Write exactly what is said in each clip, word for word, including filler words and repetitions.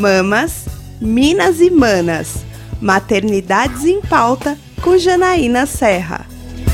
Mamas, Minas e Manas, Maternidades em Pauta, com Janaína Serra.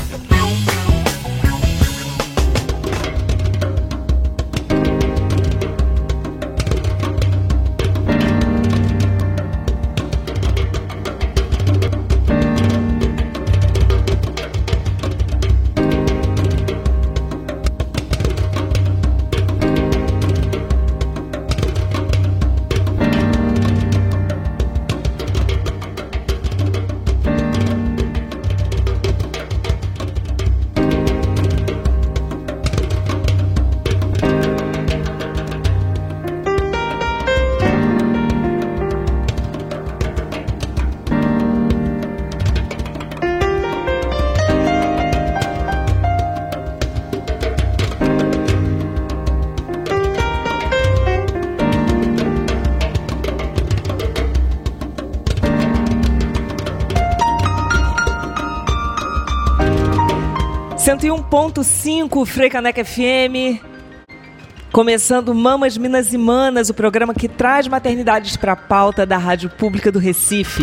cento e um ponto cinco Frecaneca F M, começando Mamas, Minas e Manas, o programa que traz maternidades para a pauta da Rádio Pública do Recife.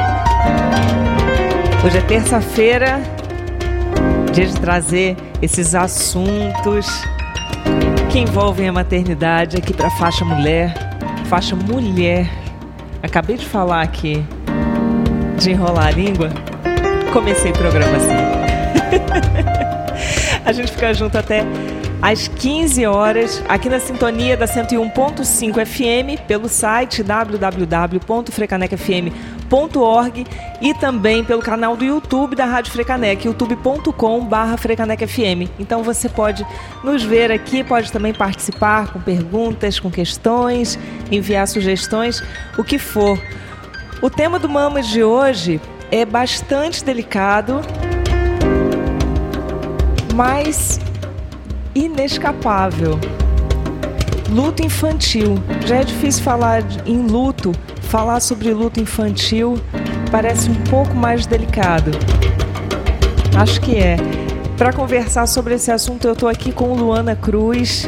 Hoje é terça-feira, dia de trazer esses assuntos que envolvem a maternidade aqui para a faixa mulher, faixa mulher. Acabei de falar aqui de enrolar a língua, comecei o programa assim. A gente fica junto até às quinze horas, aqui na sintonia da cento e um ponto cinco F M, pelo site w w w ponto frecaneca f m ponto org e também pelo canal do YouTube da Rádio Frecaneca, youtube ponto com barra frecaneca f m. Então você pode nos ver aqui, pode também participar com perguntas, com questões, enviar sugestões, o que for. O tema do Mamas de hoje é bastante delicado, mas inescapável. Luto infantil. Já é difícil falar em luto. Falar sobre luto infantil parece um pouco mais delicado. Acho que é. Para conversar sobre esse assunto, eu estou aqui com Luana Cruz.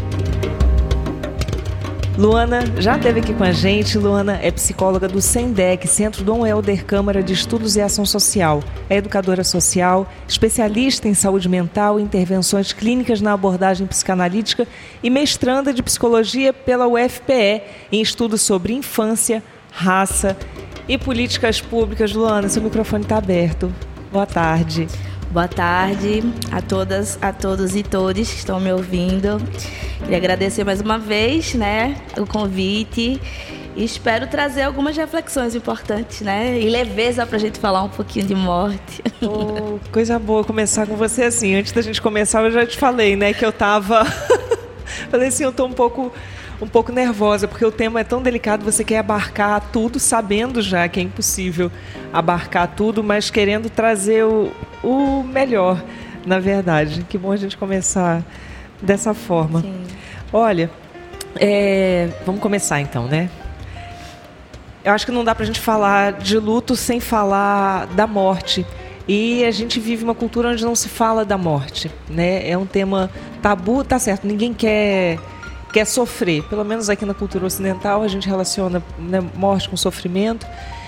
Luana já esteve aqui com a gente. Luana é psicóloga do SENDEC, Centro Dom Helder Câmara de Estudos e Ação Social. É educadora social, especialista em saúde mental e intervenções clínicas na abordagem psicanalítica e mestranda de psicologia pela U F P E em estudos sobre infância, raça e políticas públicas. Luana, seu microfone está aberto. Boa tarde. Boa tarde a todas, a todos e todas que estão me ouvindo. Queria agradecer mais uma vez, né, o convite e espero trazer algumas reflexões importantes, né, e leveza para a gente falar um pouquinho de morte. Oh, coisa boa começar com você assim. Antes da gente começar, eu já te falei, né, que eu tava... falei assim, eu tô um pouco... um pouco nervosa, porque o tema é tão delicado, você quer abarcar tudo, sabendo já que é impossível abarcar tudo, mas querendo trazer o, o melhor, na verdade. Que bom a gente começar dessa forma. Sim. Olha, é, vamos começar então, né? Eu acho que não dá pra gente falar de luto sem falar da morte. E a gente vive uma cultura onde não se fala da morte, né? É um tema tabu, tá certo, ninguém quer... quer sofrer, pelo menos aqui na cultura ocidental a gente relaciona, né, morte com sofrimento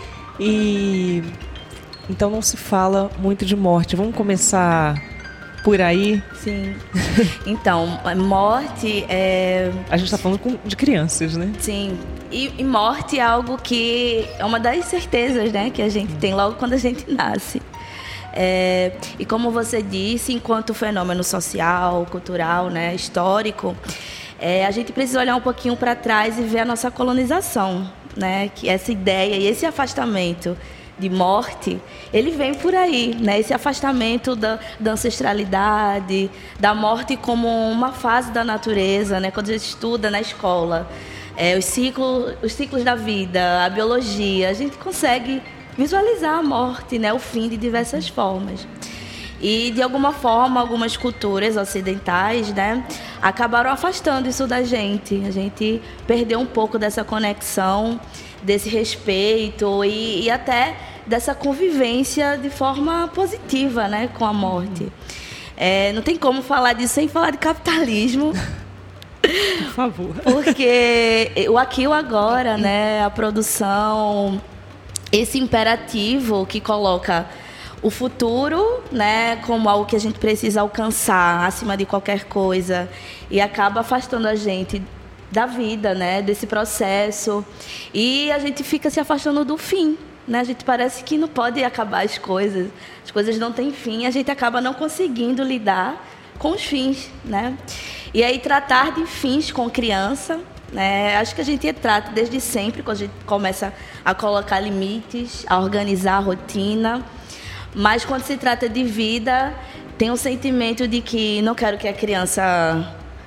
e então não se fala muito de morte. Vamos começar por aí? Sim. Então, morte é... A gente está falando com, de crianças, né? Sim. E, e morte é algo que é uma das certezas, né, que a gente tem logo quando a gente nasce. É, e como você disse, enquanto fenômeno social, cultural, né, histórico, É, a gente precisa olhar um pouquinho para trás e ver a nossa colonização, né? Que essa ideia e esse afastamento de morte, ele vem por aí, né? Esse afastamento da, da ancestralidade, da morte como uma fase da natureza, né? Quando a gente estuda na escola, é, os, ciclos, os ciclos da vida, a biologia, a gente consegue visualizar a morte, né? O fim de diversas formas. E, de alguma forma, algumas culturas ocidentais, né, acabaram afastando isso da gente. A gente perdeu um pouco dessa conexão, desse respeito e, e até dessa convivência de forma positiva, né, com a morte. É, não tem como falar disso sem falar de capitalismo. Por favor. Porque o aqui e o agora, né? A produção, esse imperativo que coloca o futuro, né, como algo que a gente precisa alcançar acima de qualquer coisa e acaba afastando a gente da vida, né, desse processo, e a gente fica se afastando do fim, né? A gente parece que não pode acabar as coisas, as coisas não têm fim, a gente acaba não conseguindo lidar com os fins, né? E aí tratar de fins com criança, né, acho que a gente trata desde sempre, quando a gente começa a colocar limites, a organizar a rotina. Mas quando se trata de vida, tem um sentimento de que não quero que a criança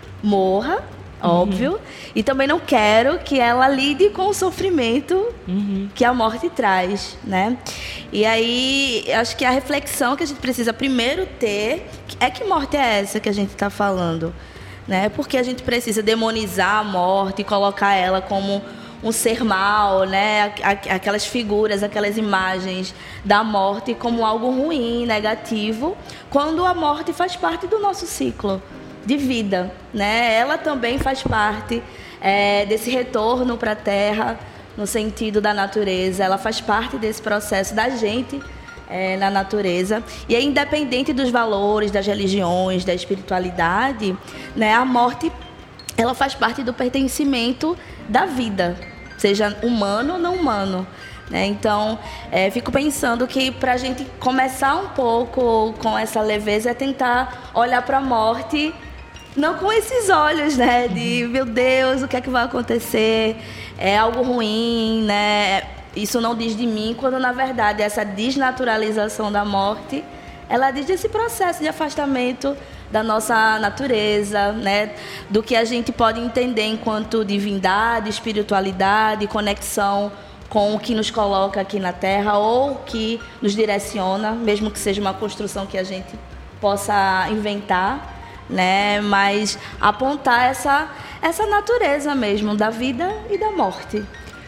morra, uhum. óbvio, e também não quero que ela lide com o sofrimento uhum. que a morte traz, né? E aí, acho que a reflexão que a gente precisa primeiro ter é que morte é essa que a gente está falando, né? Porque a gente precisa demonizar a morte e colocar ela como um ser mal, né? Aquelas figuras, aquelas imagens da morte como algo ruim, negativo, quando a morte faz parte do nosso ciclo de vida, né? Ela também faz parte é, desse retorno para a Terra, no sentido da natureza, ela faz parte desse processo da gente é, na natureza. E é independente dos valores, das religiões, da espiritualidade, né? A morte, ela faz parte do pertencimento da vida, seja humano ou não humano, né? Então, é, fico pensando que para a gente começar um pouco com essa leveza é tentar olhar para a morte não com esses olhos, né? De, meu Deus, o que é que vai acontecer? É algo ruim, né? Isso não diz de mim, quando na verdade essa desnaturalização da morte, ela diz desse processo de afastamento da nossa natureza, né? Do que a gente pode entender enquanto divindade, espiritualidade, conexão com o que nos coloca aqui na Terra ou que nos direciona, mesmo que seja uma construção que a gente possa inventar, né? Mas apontar essa, essa natureza mesmo da vida e da morte.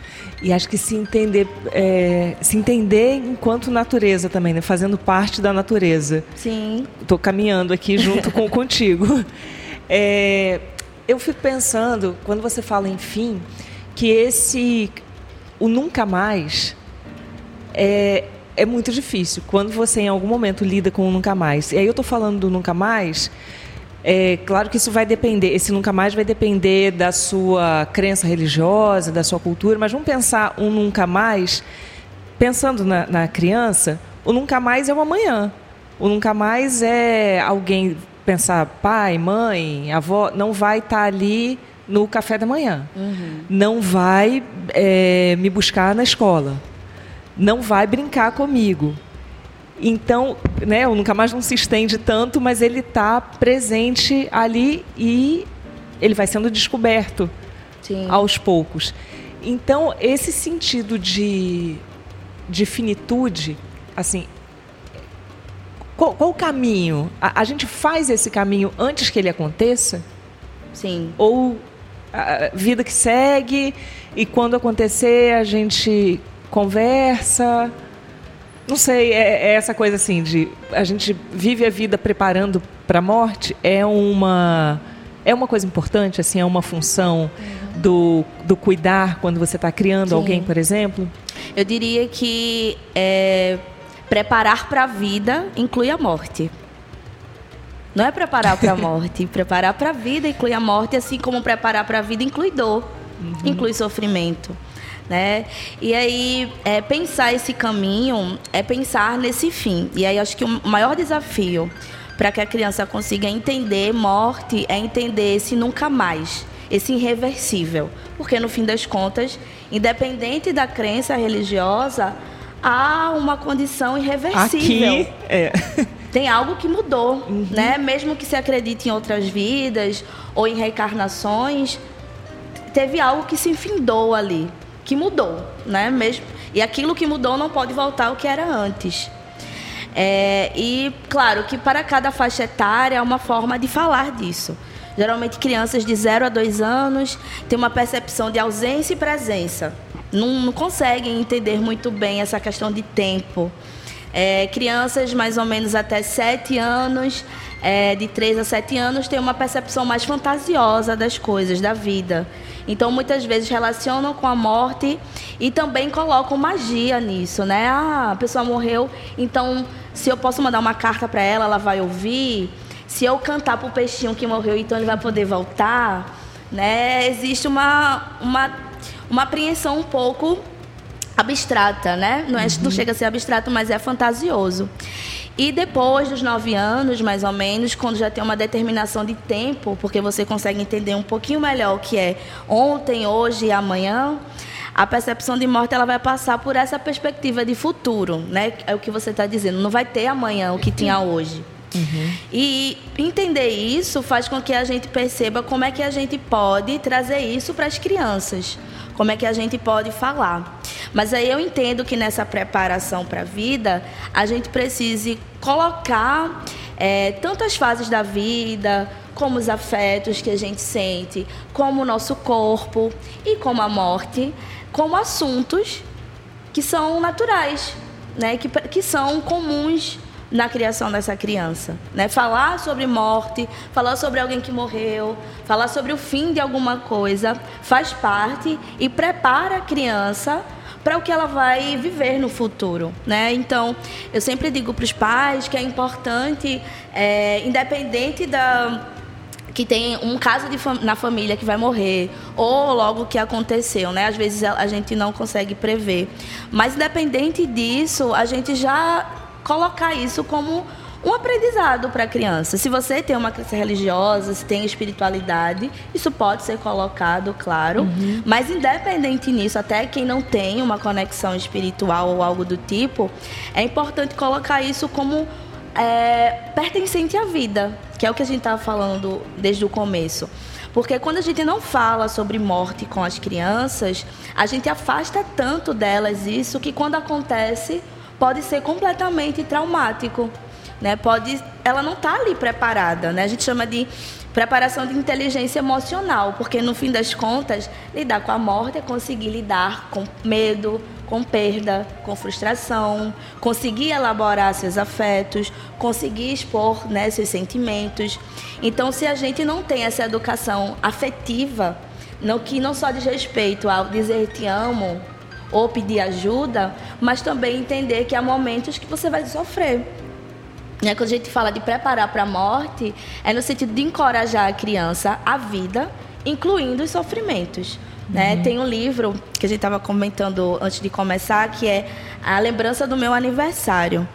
E acho que se entender, é, se entender enquanto natureza também, né? Fazendo parte da natureza. Sim. Estou caminhando aqui junto com contigo. É, eu fico pensando, quando você fala em fim, que esse, o nunca mais, é, é muito difícil. Quando você em algum momento lida com o nunca mais. E aí eu estou falando do nunca mais. É claro que isso vai depender, esse nunca mais vai depender da sua crença religiosa, da sua cultura, mas vamos pensar um nunca mais, pensando na, na criança, o nunca mais é o amanhã. O nunca mais é alguém pensar, pai, mãe, avó, não vai estar ali no café da manhã, uhum. não vai é, me buscar na escola, não vai brincar comigo. Então, né, o nunca mais não se estende tanto, mas ele está presente ali e ele vai sendo descoberto Sim. aos poucos. Então, esse sentido de, de finitude, assim, qual, qual o caminho? A, a gente faz esse caminho antes que ele aconteça? Sim. Ou a vida que segue e quando acontecer a gente conversa? Não sei, é, é essa coisa assim de a gente vive a vida preparando para a morte, é uma, é uma coisa importante, assim, é uma função uhum. do, do cuidar quando você está criando Sim. alguém, por exemplo? Eu diria que é, preparar para a vida inclui a morte. Não é preparar para a morte, preparar para a vida inclui a morte, assim como preparar para a vida inclui dor, uhum. inclui sofrimento. Né? E aí, é, pensar esse caminho é pensar nesse fim. E aí, acho que o maior desafio para que a criança consiga entender morte é entender esse nunca mais, esse irreversível. Porque, no fim das contas, independente da crença religiosa, há uma condição irreversível. Aqui, é. Tem algo que mudou, uhum. né? Mesmo que se acredite em outras vidas ou em reencarnações, teve algo que se findou ali. Que mudou, né? Mesmo, e aquilo que mudou não pode voltar ao que era antes. É, e, claro, que para cada faixa etária há uma forma de falar disso. Geralmente, crianças de zero a dois anos têm uma percepção de ausência e presença. Não, não conseguem entender muito bem essa questão de tempo. É, crianças mais ou menos até sete anos, é, de três a sete anos, têm uma percepção mais fantasiosa das coisas, da vida. Então, muitas vezes relacionam com a morte e também colocam magia nisso, né? Ah, a pessoa morreu, então, se eu posso mandar uma carta para ela, ela vai ouvir. Se eu cantar para o peixinho que morreu, então ele vai poder voltar, né? Existe uma, uma, uma apreensão um pouco abstrata, né? Não, é, uhum. não chega a ser abstrato, mas é fantasioso. E depois dos nove anos, mais ou menos, quando já tem uma determinação de tempo, porque você consegue entender um pouquinho melhor o que é ontem, hoje e amanhã, a percepção de morte ela vai passar por essa perspectiva de futuro, né? É o que você está dizendo. Não vai ter amanhã o que tinha hoje. Uhum. E entender isso faz com que a gente perceba como é que a gente pode trazer isso para as crianças. Como é que a gente pode falar. Mas aí eu entendo que nessa preparação para a vida, a gente precise colocar é, tanto as fases da vida, como os afetos que a gente sente, como o nosso corpo e como a morte, como assuntos que são naturais, né? que, que são comuns na criação dessa criança, né? Falar sobre morte, falar sobre alguém que morreu, falar sobre o fim de alguma coisa, faz parte e prepara a criança para o que ela vai viver no futuro, né? Então, eu sempre digo para os pais que é importante, é, independente da que tem um caso de fam- na família que vai morrer, ou logo que aconteceu, né? Às vezes a gente não consegue prever, mas independente disso, a gente já colocar isso como um aprendizado para a criança. Se você tem uma crença religiosa, se tem espiritualidade, isso pode ser colocado, claro. Uhum. Mas independente nisso, até quem não tem uma conexão espiritual ou algo do tipo, é importante colocar isso como é, pertencente à vida, que é o que a gente estava falando desde o começo. Porque quando a gente não fala sobre morte com as crianças, a gente afasta tanto delas isso que quando acontece pode ser completamente traumático, né? Pode, ela não está ali preparada, né? A gente chama de preparação de inteligência emocional, porque no fim das contas, lidar com a morte é conseguir lidar com medo, com perda, com frustração, conseguir elaborar seus afetos, conseguir expor, né, seus sentimentos. Então, se a gente não tem essa educação afetiva, no que não só diz respeito ao dizer te amo, ou pedir ajuda, mas também entender que há momentos que você vai sofrer. Né? Quando a gente fala de preparar para a morte, é no sentido de encorajar a criança à vida, incluindo os sofrimentos. Uhum. Né? Tem um livro que a gente estava comentando antes de começar, que é A Lembrança do Meu Aniversário.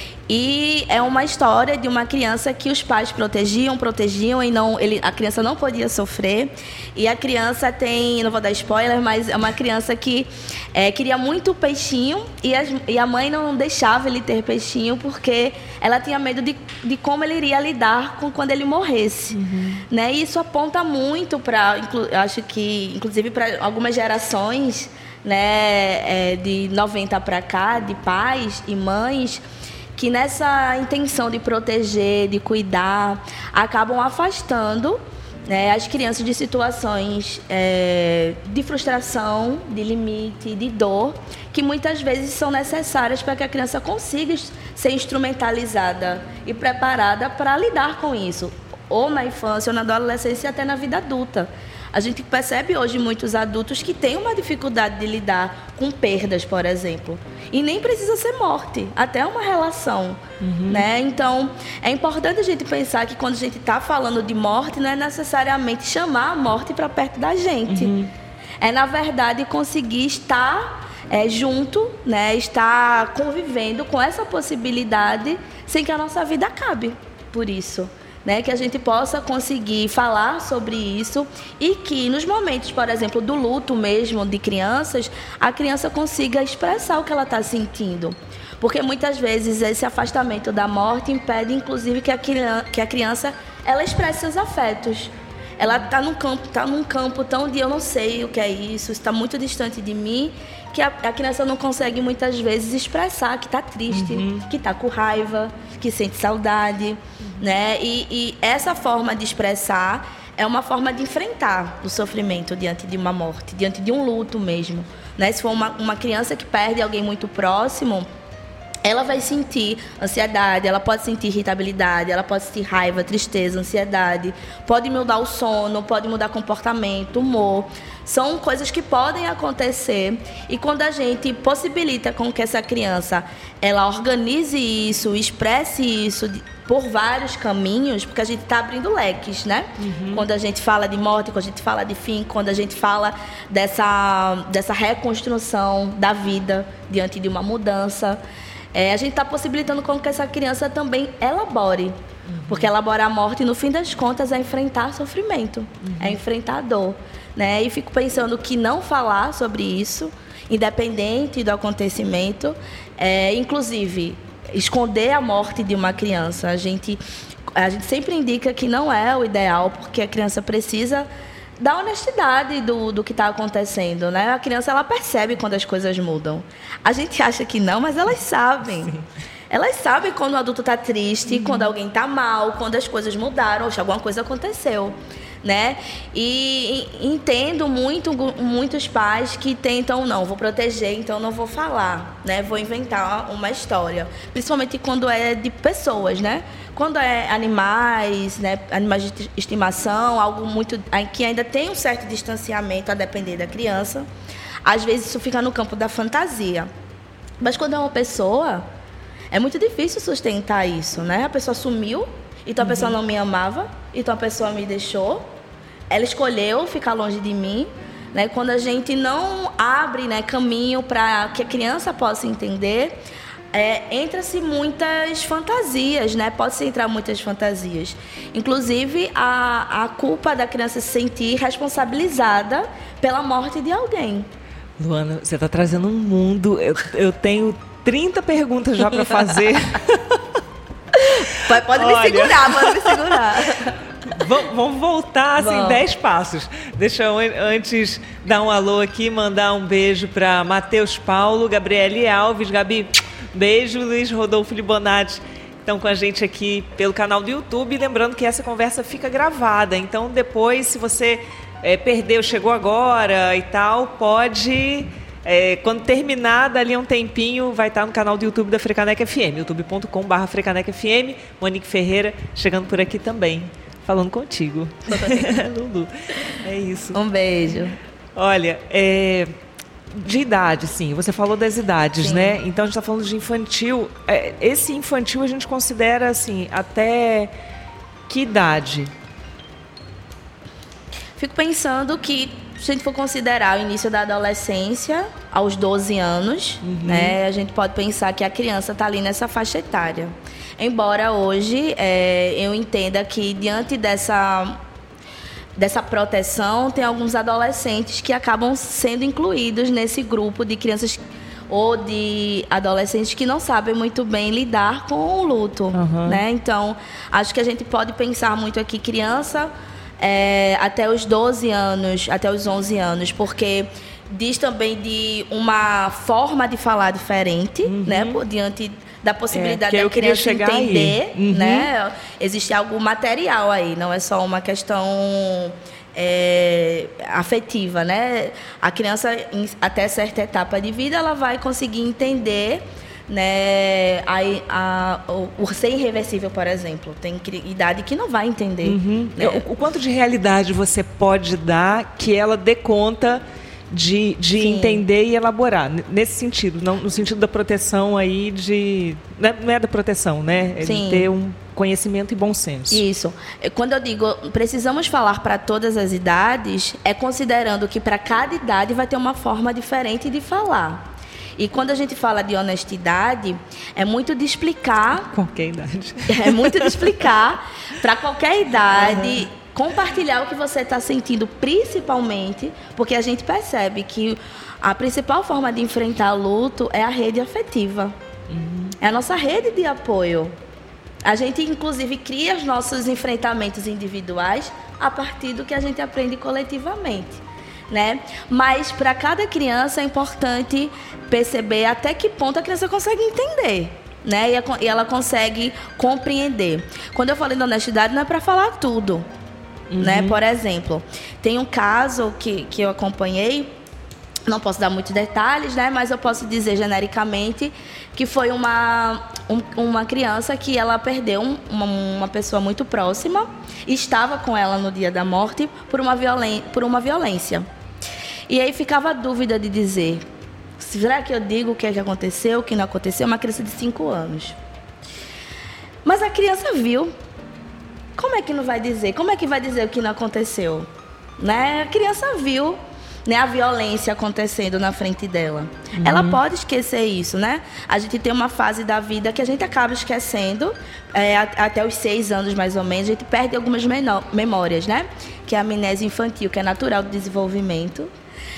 E é uma história de uma criança que os pais protegiam, protegiam e não, ele, a criança não podia sofrer. E a criança tem, não vou dar spoiler, mas é uma criança que é, queria muito peixinho e, as, e a mãe não deixava ele ter peixinho porque ela tinha medo de, de como ele iria lidar com quando ele morresse. Uhum. Né? E isso aponta muito para, acho que, inclusive para algumas gerações, né, é, de noventa para cá, de pais e mães, que nessa intenção de proteger, de cuidar, acabam afastando, né, as crianças de situações é, de frustração, de limite, de dor, que muitas vezes são necessárias para que a criança consiga ser instrumentalizada e preparada para lidar com isso, ou na infância, ou na adolescência e até na vida adulta. A gente percebe hoje muitos adultos que têm uma dificuldade de lidar com perdas, por exemplo. E nem precisa ser morte, até uma relação. Uhum. Né? Então, é importante a gente pensar que quando a gente está falando de morte, não é necessariamente chamar a morte para perto da gente. Uhum. É, na verdade, conseguir estar é, junto, né? Estar convivendo com essa possibilidade sem que a nossa vida acabe por isso. Né, que a gente possa conseguir falar sobre isso e que nos momentos, por exemplo, do luto mesmo de crianças, a criança consiga expressar o que ela está sentindo. Porque muitas vezes esse afastamento da morte impede, inclusive, que a criança, que a criança ela expresse seus afetos. Ela está num campo, tá num campo tão de eu não sei o que é isso, está muito distante de mim, que a, a criança não consegue muitas vezes expressar que está triste, uhum. que está com raiva, que sente saudade. Né? E, e essa forma de expressar é uma forma de enfrentar o sofrimento diante de uma morte, diante de um luto mesmo. Né? Se for uma, uma criança que perde alguém muito próximo, ela vai sentir ansiedade, ela pode sentir irritabilidade, ela pode sentir raiva, tristeza, ansiedade, pode mudar o sono, pode mudar comportamento, humor. São coisas que podem acontecer, e quando a gente possibilita com que essa criança ela organize isso, expresse isso por vários caminhos, porque a gente está abrindo leques, né? Uhum. Quando a gente fala de morte, quando a gente fala de fim, quando a gente fala dessa, dessa reconstrução da vida diante de uma mudança, é, a gente está possibilitando com que essa criança também elabore. Uhum. Porque elaborar a morte, no fim das contas, é enfrentar sofrimento, uhum. é enfrentar dor. Né? E fico pensando que não falar sobre isso, independente do acontecimento, é, inclusive, esconder a morte de uma criança. A gente, a gente sempre indica que não é o ideal, porque a criança precisa da honestidade do, do que está acontecendo. Né? A criança ela percebe quando as coisas mudam. A gente acha que não, mas elas sabem. Sim. Elas sabem quando o adulto está triste, uhum. quando alguém está mal, quando as coisas mudaram, ou se alguma coisa aconteceu. Né? E, e entendo muito muitos pais que tentam, não, vou proteger, então não vou falar, né? Vou inventar uma história, principalmente quando é de pessoas, né? Quando é animais, né? Animais de estimação, algo muito que ainda tem um certo distanciamento a depender da criança, às vezes isso fica no campo da fantasia. Mas quando é uma pessoa, é muito difícil sustentar isso, né? A pessoa sumiu, então a uhum. pessoa não me amava, então a pessoa me deixou, ela escolheu ficar longe de mim, né? Quando a gente não abre, né, caminho para que a criança possa entender, é, entra-se muitas fantasias, né? Pode-se entrar muitas fantasias. Inclusive, a, a culpa da criança se sentir responsabilizada pela morte de alguém. Luana, você está trazendo um mundo... Eu, eu tenho trinta perguntas já para fazer... Pode Olha. me segurar, pode me segurar. Vamos voltar, assim, Vamos. dez passos. Deixa eu, antes, dar um alô aqui, mandar um beijo para Matheus Paulo, Gabriele Alves, Gabi, beijo, Luiz Rodolfo Libonati. Estão com a gente aqui pelo canal do YouTube. Lembrando que essa conversa fica gravada. Então, depois, se você é, perdeu, chegou agora e tal, pode... É, quando terminar, dali um tempinho, vai estar no canal do YouTube da Frecaneca F M, youtube ponto com barra Frecaneca F M. Monique Ferreira chegando por aqui também, falando contigo. Lulu, é isso. Um beijo. Olha, é, de idade, sim, você falou das idades, sim. né? Então, a gente está falando de infantil. É, esse infantil a gente considera, assim, até que idade? Fico pensando que, se a gente for considerar o início da adolescência, aos doze anos, uhum. né, a gente pode pensar que a criança está ali nessa faixa etária. Embora hoje é, eu entenda que, diante dessa, dessa proteção, tem alguns adolescentes que acabam sendo incluídos nesse grupo de crianças ou de adolescentes que não sabem muito bem lidar com o luto. Uhum. Né? Então, acho que a gente pode pensar muito aqui criança... É, até os doze anos, até os onze anos, porque diz também de uma forma de falar diferente, uhum. né, por diante da possibilidade é, da criança entender, uhum. né, existe algo material aí, não é só uma questão é, afetiva, né, a criança até certa etapa de vida ela vai conseguir entender, né, a, a, o, o ser irreversível, por exemplo, tem idade que não vai entender. Uhum. Né? O, o quanto de realidade você pode dar que ela dê conta de, de entender e elaborar, nesse sentido, não, no sentido da proteção aí de... Não é da proteção, né? É de ter um conhecimento e bom senso. Isso. Quando eu digo precisamos falar para todas as idades, é considerando que para cada idade vai ter uma forma diferente de falar. E quando a gente fala de honestidade, é muito de explicar... Qualquer idade. É muito de explicar, para qualquer idade, uhum. compartilhar o que você está sentindo, principalmente, porque a gente percebe que a principal forma de enfrentar luto é a rede afetiva. Uhum. É a nossa rede de apoio. A gente, inclusive, cria os nossos enfrentamentos individuais a partir do que a gente aprende coletivamente. Né? Mas para cada criança é importante perceber até que ponto a criança consegue entender, né? E, a, e ela consegue compreender. Quando eu falei da honestidade, não é para falar tudo, uhum. né? Por exemplo, tem um caso que, que eu acompanhei Não posso dar muitos detalhes, né? Mas eu posso dizer genericamente que foi uma, um, uma criança que ela perdeu um, uma, uma pessoa muito próxima e estava com ela no dia da morte por uma, violen, por uma violência. E aí ficava a dúvida de dizer, será que eu digo o que é que aconteceu, o que não aconteceu? Uma criança de cinco anos. Mas a criança viu. Como é que não vai dizer? Como é que vai dizer o que não aconteceu? Né? A criança viu, né, a violência acontecendo na frente dela. Uhum. Ela pode esquecer isso, né? A gente tem uma fase da vida que a gente acaba esquecendo, é, até os seis anos mais ou menos, a gente perde algumas memórias, né? Que é a amnésia infantil, que é natural do desenvolvimento.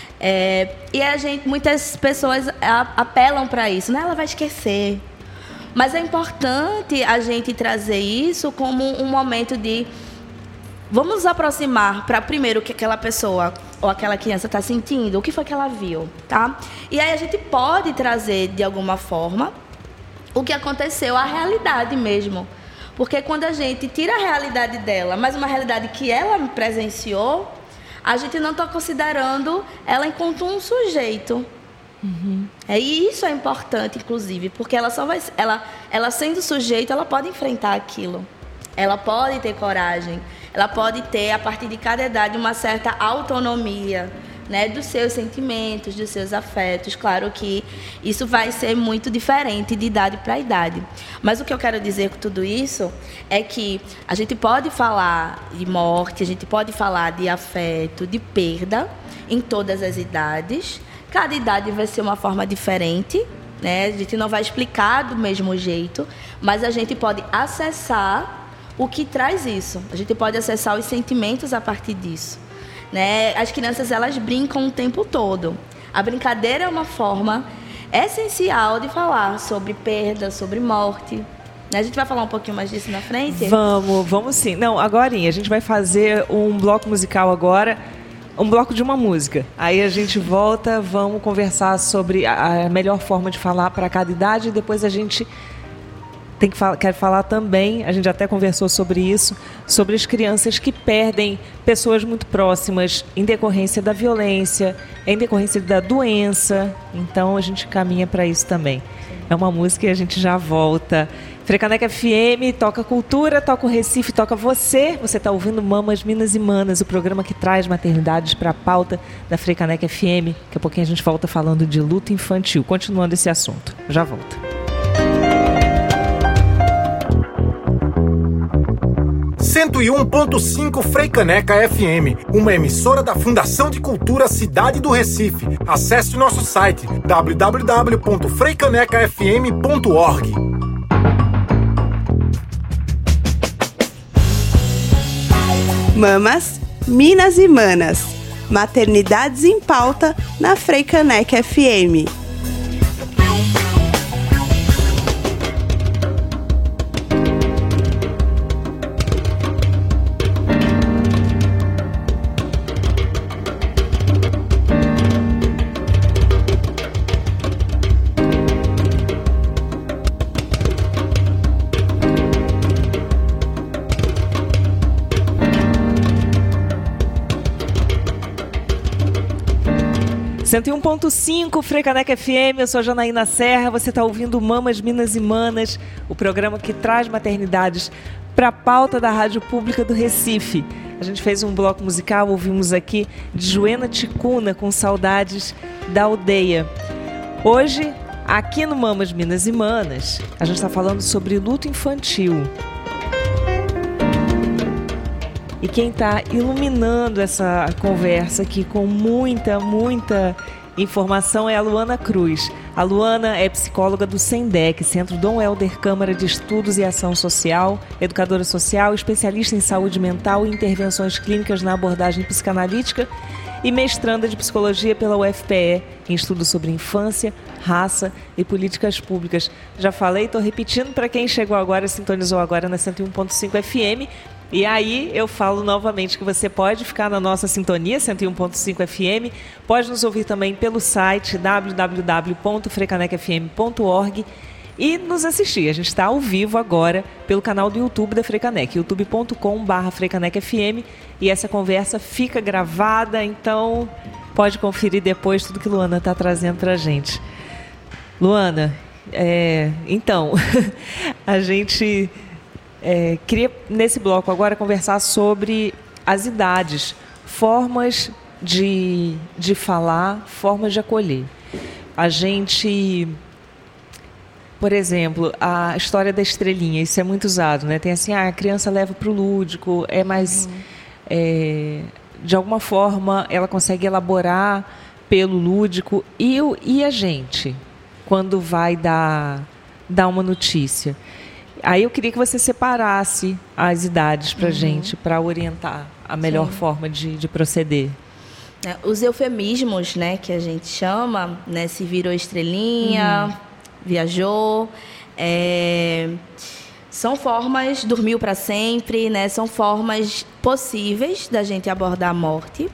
É, e a gente, muitas pessoas apelam para isso, né? Ela vai esquecer. Mas é importante a gente trazer isso como um momento de... Vamos nos aproximar para, primeiro, o que aquela pessoa ou aquela criança está sentindo, o que foi que ela viu, tá? E aí a gente pode trazer, de alguma forma, o que aconteceu, a realidade mesmo. Porque quando a gente tira a realidade dela, mas uma realidade que ela presenciou, a gente não está considerando ela enquanto um sujeito. Uhum. É, e isso é importante, inclusive, porque ela só vai, ela, ela sendo sujeito, ela pode enfrentar aquilo. Ela pode ter coragem, ela pode ter, a partir de cada idade, uma certa autonomia, né, dos seus sentimentos, dos seus afetos. Claro que isso vai ser muito diferente de idade para idade. Mas o que eu quero dizer com tudo isso é que a gente pode falar de morte, a gente pode falar de afeto, de perda, em todas as idades. Cada idade vai ser uma forma diferente, né? A gente não vai explicar do mesmo jeito, mas a gente pode acessar o que traz isso. A gente pode acessar os sentimentos a partir disso, né? As crianças, elas brincam o tempo todo. A brincadeira é uma forma essencial de falar sobre perda, sobre morte. A gente vai falar um pouquinho mais disso na frente? Vamos, vamos sim. Não, agorinha, a gente vai fazer um bloco musical agora, um bloco de uma música. Aí a gente volta, vamos conversar sobre a melhor forma de falar para cada idade e depois a gente... Tem que falar, quero falar também, a gente até conversou sobre isso, sobre as crianças que perdem pessoas muito próximas em decorrência da violência, em decorrência da doença. Então a gente caminha para isso também. É uma música e a gente já volta. Frecaneca F M, toca cultura, toca o Recife, toca você. Você está ouvindo Mamas, Minas e Manas, o programa que traz maternidades para a pauta da Frecaneca F M. Daqui a pouquinho a gente volta falando de luto infantil. Continuando esse assunto. Já volto. cento e um ponto cinco Frecaneca F M, uma emissora da Fundação de Cultura Cidade do Recife. Acesse nosso site w w w ponto frecaneca f m ponto org. Mamas, Minas e Manas. Maternidades em pauta na Frecaneca F M. cento e um ponto cinco Frecaneca F M, eu sou a Janaína Serra, você está ouvindo Mamas, Minas e Manas, o programa que traz maternidades para a pauta da Rádio Pública do Recife. A gente fez um bloco musical, ouvimos aqui de Joena Ticuna, com Saudades da Aldeia. Hoje, aqui no Mamas, Minas e Manas, a gente está falando sobre luto infantil. E quem está iluminando essa conversa aqui com muita, muita informação é a Luana Cruz. A Luana é psicóloga do SENDEC, Centro Dom Helder Câmara de Estudos e Ação Social, educadora social, especialista em saúde mental e intervenções clínicas na abordagem psicanalítica e mestranda de psicologia pela U F P E, em estudos sobre infância, raça e políticas públicas. Já falei, estou repetindo para quem chegou agora, sintonizou agora na cento e um ponto cinco F M. E aí eu falo novamente que você pode ficar na nossa sintonia, cento e um ponto cinco F M, pode nos ouvir também pelo site w w w ponto frecaneca f m ponto org e nos assistir. A gente está ao vivo agora pelo canal do YouTube da Frecaneca, youtube ponto com barra frecaneca f m, e essa conversa fica gravada, então pode conferir depois tudo que Luana está trazendo para a gente. Luana, é, então, a gente é, queria, nesse bloco agora, conversar sobre as idades, formas de, de falar, formas de acolher. A gente... Por exemplo, a história da estrelinha, isso é muito usado, né? Tem assim, ah, a criança leva para o lúdico, é mais... Uhum. É, de alguma forma, ela consegue elaborar pelo lúdico. E, e a gente, quando vai dar, dar uma notícia? Aí eu queria que você separasse as idades para a uhum. gente, para orientar a melhor Sim. forma de, de proceder. Os eufemismos, né, que a gente chama, né, se virou estrelinha... Uhum. Viajou, é, são formas, dormiu para sempre, né? São formas possíveis da gente abordar a morte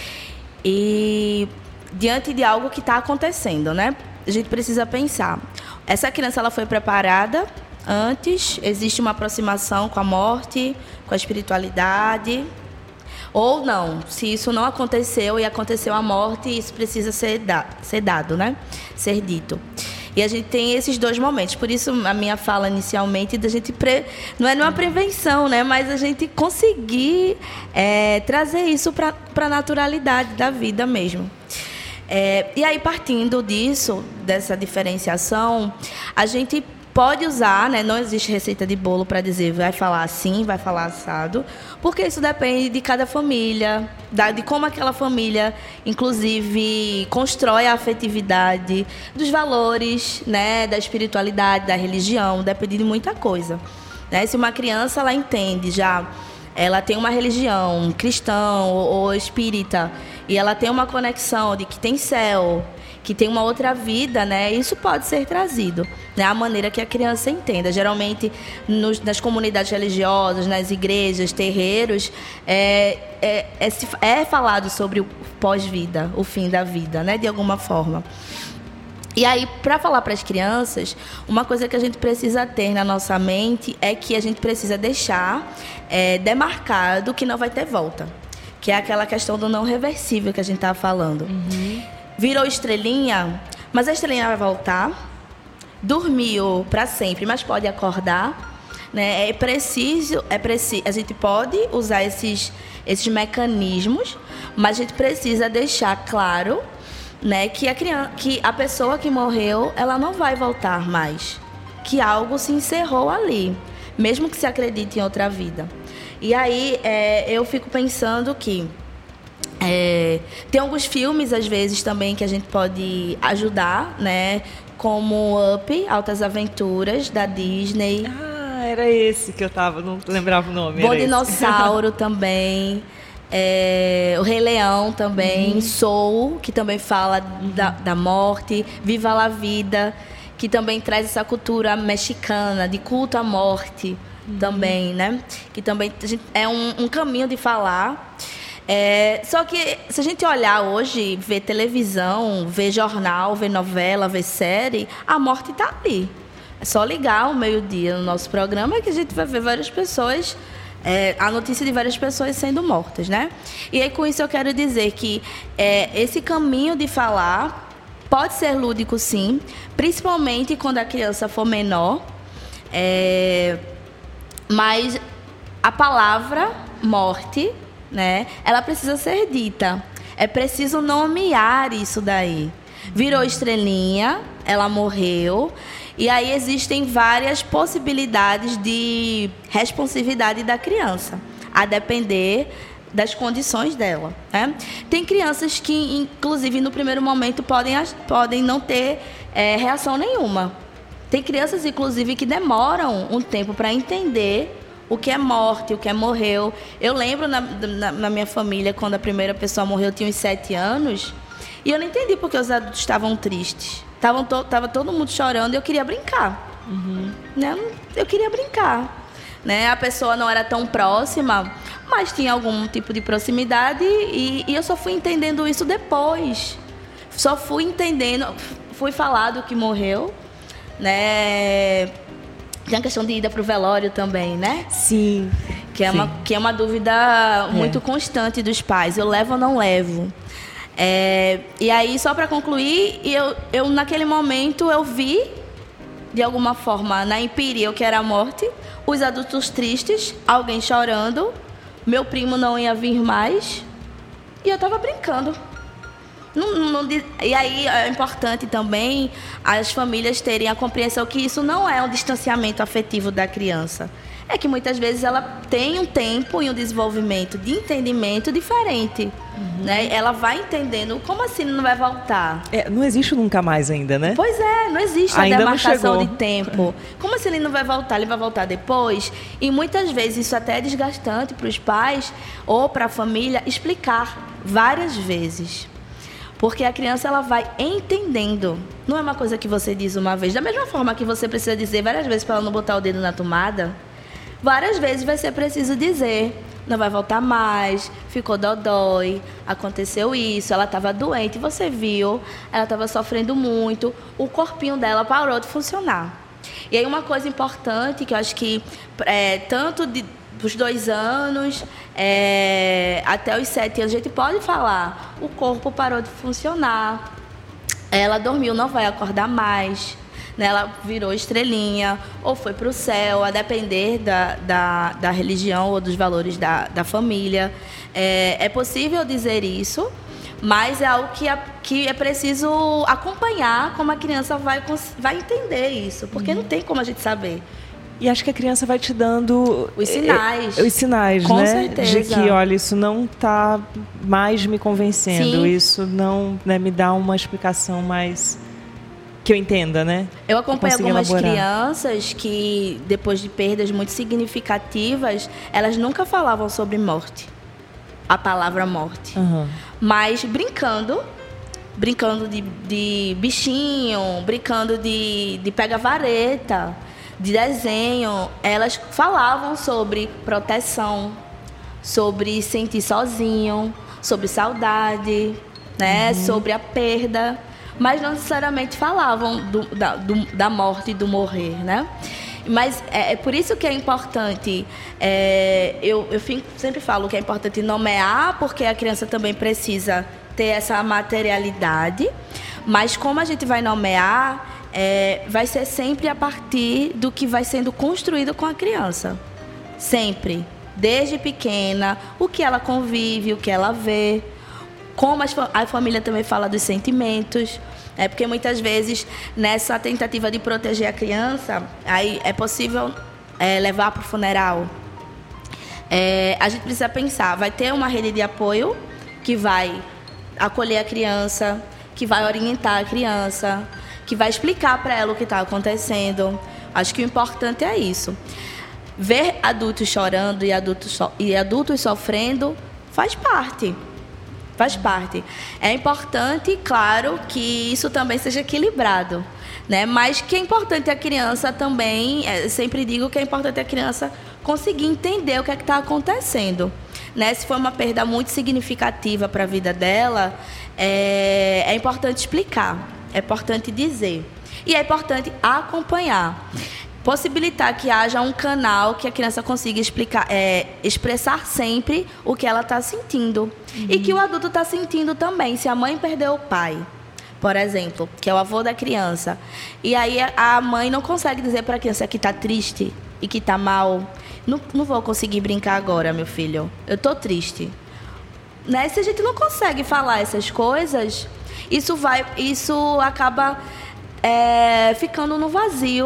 e diante de algo que está acontecendo, né? A gente precisa pensar, essa criança ela foi preparada antes, existe uma aproximação com a morte, com a espiritualidade, ou não, se isso não aconteceu e aconteceu a morte, isso precisa ser, da, ser dado, né? Ser dito. E a gente tem esses dois momentos. Por isso, a minha fala inicialmente, da gente pre... não é uma prevenção, né? Mas a gente conseguir é, trazer isso para a naturalidade da vida mesmo. É, e aí, partindo disso, dessa diferenciação, a gente pode usar, né? Não existe receita de bolo para dizer vai falar assim, vai falar assado, porque isso depende de cada família, de como aquela família, inclusive, constrói a afetividade, dos valores, né? Da espiritualidade, da religião, depende de muita coisa. Né? Se uma criança ela entende já, ela tem uma religião cristã ou, ou espírita, e ela tem uma conexão de que tem céu, que tem uma outra vida, né? Isso pode ser trazido, né? A maneira que a criança entenda. Geralmente, nos, nas comunidades religiosas, nas igrejas, terreiros, é, é, é, é falado sobre o pós-vida, o fim da vida, né? De alguma forma. E aí, para falar para as crianças, uma coisa que a gente precisa ter na nossa mente é que a gente precisa deixar é, demarcado que não vai ter volta. Que é aquela questão do não reversível que a gente estava falando. Uhum. Virou estrelinha, mas a estrelinha vai voltar. Dormiu para sempre, mas pode acordar. Né? É preciso, é preciso, a gente pode usar esses, esses mecanismos, mas a gente precisa deixar claro, né, que, a criança, que a pessoa que morreu, ela não vai voltar mais. Que algo se encerrou ali, mesmo que se acredite em outra vida. E aí é, eu fico pensando que É, tem alguns filmes, às vezes, também que a gente pode ajudar, né? Como Up, Altas Aventuras, da Disney. Ah, era esse que eu tava, não lembrava o nome. Bom Dinossauro também. É, o Rei Leão também. Uhum. Soul, que também fala uhum. da, da morte. Viva la Vida, que também traz essa cultura mexicana de culto à morte. Uhum. Também, né? Que também a gente, é um, um caminho de falar. É, só que se a gente olhar hoje, ver televisão, ver jornal, ver novela, ver série, a morte está ali. É só ligar ao meio-dia no nosso programa que a gente vai ver várias pessoas, é, a notícia de várias pessoas sendo mortas, né? E aí com isso eu quero dizer que é, esse caminho de falar pode ser lúdico sim, principalmente quando a criança for menor, é, mas a palavra morte, né? Ela precisa ser dita. É preciso nomear isso daí. Virou estrelinha, ela morreu. E aí existem várias possibilidades de responsividade da criança, a depender das condições dela. Né? Tem crianças que, inclusive, no primeiro momento, podem, podem não ter é, reação nenhuma. Tem crianças, inclusive, que demoram um tempo para entender o que é morte, o que é morreu. Eu lembro na, na, na minha família, quando a primeira pessoa morreu, eu tinha uns sete anos, e eu não entendi porque os adultos estavam tristes. Estavam to, tava todo mundo chorando e eu queria brincar. Uhum. Né? Eu queria brincar. Né? A pessoa não era tão próxima, mas tinha algum tipo de proximidade e, e eu só fui entendendo isso depois. Só fui entendendo, fui falado que morreu, né? Tem a questão de ida para o velório também, né? Sim. Que é, sim. Uma, que é uma dúvida muito é. constante dos pais. Eu levo ou não levo? É, e aí, só para concluir, eu, eu, naquele momento eu vi, de alguma forma, na empiria, o que era a morte, os adultos tristes, alguém chorando, meu primo não ia vir mais, e eu estava brincando. Não, não, e aí é importante também as famílias terem a compreensão que isso não é um distanciamento afetivo da criança. É que muitas vezes ela tem um tempo e um desenvolvimento de entendimento diferente. Uhum. Né? Ela vai entendendo, como assim não vai voltar? É, não existe nunca mais ainda, né? Pois é, não existe ainda a demarcação de tempo. Como assim ele não vai voltar? Ele vai voltar depois? E muitas vezes isso até é desgastante para os pais ou para a família explicar várias vezes. Porque a criança ela vai entendendo. Não é uma coisa que você diz uma vez. Da mesma forma que você precisa dizer várias vezes para ela não botar o dedo na tomada, várias vezes vai ser preciso dizer. Não vai voltar mais, ficou dodói, aconteceu isso, ela estava doente, você viu, ela estava sofrendo muito, o corpinho dela parou de funcionar. E aí uma coisa importante que eu acho que é, tanto de dos dois anos é, até os sete anos, a gente pode falar, o corpo parou de funcionar, ela dormiu, não vai acordar mais, né? Ela virou estrelinha, ou foi para o céu, a depender da, da, da religião ou dos valores da, da família. É, é possível dizer isso, mas é algo que é, que é preciso acompanhar como a criança vai, vai entender isso, porque não tem como a gente saber. E acho que a criança vai te dando os sinais. Os sinais, Com né? certeza. De que, olha, isso não está mais me convencendo. Sim. Isso não, né, me dá uma explicação mais que eu entenda, né? Eu acompanho algumas elaborar. crianças que, depois de perdas muito significativas, elas nunca falavam sobre morte. A palavra morte. Uhum. Mas brincando, brincando de, de bichinho, brincando de, de pega-vareta, de desenho, elas falavam sobre proteção, sobre sentir sozinho, sobre saudade, né? Uhum. Sobre a perda, mas não necessariamente falavam do, da, do, da morte e do morrer, né? Mas é, é por isso que é importante, é, eu, eu sempre falo que é importante nomear, porque a criança também precisa ter essa materialidade, mas como a gente vai nomear, É, vai ser sempre a partir do que vai sendo construído com a criança. Sempre. Desde pequena, o que ela convive, o que ela vê. Como as, a família também fala dos sentimentos. É porque muitas vezes, nessa tentativa de proteger a criança, aí é possível é, levar para o funeral. É, a gente precisa pensar, vai ter uma rede de apoio que vai acolher a criança, que vai orientar a criança, que vai explicar para ela o que está acontecendo. Acho que o importante é isso. Ver adultos chorando e adultos, so- e adultos sofrendo faz parte. Faz parte. É importante, claro, que isso também seja equilibrado, né? Mas que é importante a criança também, eu sempre digo que é importante a criança conseguir entender o que é que está acontecendo. Né? Se for uma perda muito significativa para a vida dela, é, é importante explicar. É importante dizer. E é importante acompanhar. Possibilitar que haja um canal que a criança consiga explicar, é, expressar sempre o que ela está sentindo. Uhum. E que o adulto está sentindo também. Se a mãe perdeu o pai, por exemplo, que é o avô da criança, e aí a mãe não consegue dizer para a criança que está triste e que está mal. Não, não vou conseguir brincar agora, meu filho. Eu estou triste. Né? Se a gente não consegue falar essas coisas... Isso, vai, isso acaba é, ficando no vazio,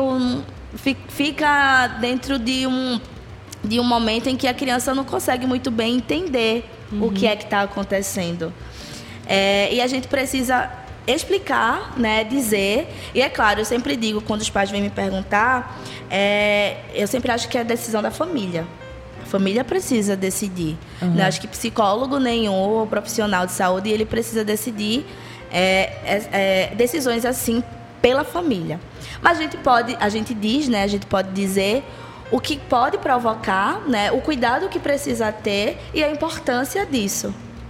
fica dentro de um, de um momento em que a criança não consegue muito bem entender uhum. o que é que está acontecendo. É, e a gente precisa explicar, né, dizer, e é claro, eu sempre digo, quando os pais vêm me perguntar, é, eu sempre acho que é a decisão da família. A família precisa decidir. Uhum. Né? Acho que psicólogo nenhum ou profissional de saúde, ele precisa decidir É, é, é, decisões assim pela família. Mas a gente pode, a gente diz, né, a gente pode dizer o que pode provocar, né, o cuidado que precisa ter e a importância disso.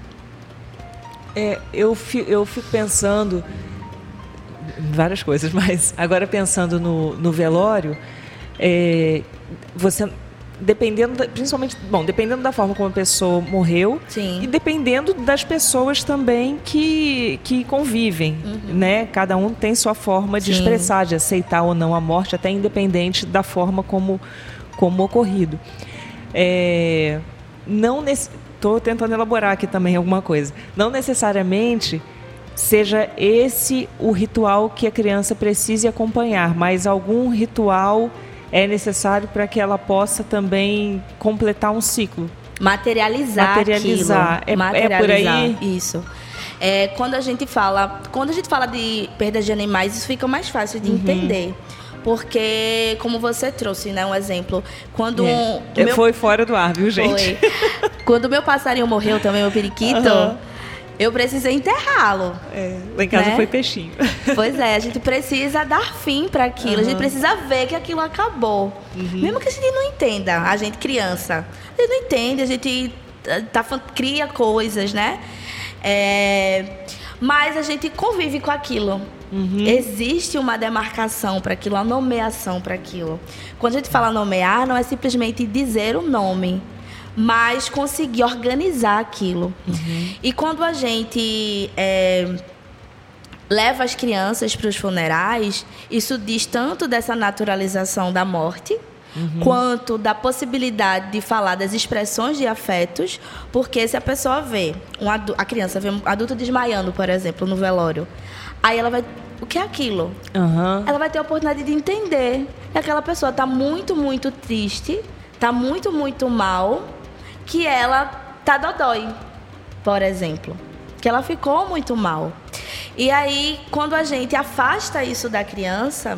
É, eu, fico, eu fico pensando em várias coisas, mas agora pensando no, no velório, é, você dependendo, da, principalmente, bom, dependendo da forma como a pessoa morreu. Sim. E dependendo das pessoas também que, que convivem, uhum. né? Cada um tem sua forma de Sim. expressar, de aceitar ou não a morte, até independente da forma como, como ocorrido. É, não estou tentando elaborar aqui também alguma coisa. Não necessariamente seja esse o ritual que a criança precise acompanhar, mas algum ritual é necessário para que ela possa também completar um ciclo. Materializar, Materializar. aquilo. É, Materializar. É por aí? Isso. É, quando a gente fala, quando a gente fala de perda de animais, isso fica mais fácil de uhum. entender. Porque, como você trouxe, né, um exemplo, quando... É. Um, meu... Foi fora do ar, viu, gente? Foi. Quando o meu passarinho morreu também, meu periquito... Uhum. Eu precisei enterrá-lo. É, lá em casa né? foi peixinho. Pois é, a gente precisa dar fim para aquilo. Uhum. A gente precisa ver que aquilo acabou. Uhum. Mesmo que a gente não entenda, a gente criança. A gente não entende, a gente tá, cria coisas, né? É, mas a gente convive com aquilo. Uhum. Existe uma demarcação para aquilo, uma nomeação para aquilo. Quando a gente fala nomear, não é simplesmente dizer o nome, mas conseguir organizar aquilo. Uhum. E quando a gente é, leva as crianças para os funerais, isso diz tanto dessa naturalização da morte, uhum. quanto da possibilidade de falar das expressões de afetos, porque se a pessoa vê, um adulto, a criança vê um adulto desmaiando, por exemplo, no velório, aí ela vai... O que é aquilo? Uhum. Ela vai ter a oportunidade de entender que aquela pessoa está muito, muito triste, está muito, muito mal, que ela tá dodói, por exemplo, que ela ficou muito mal. E aí, quando a gente afasta isso da criança,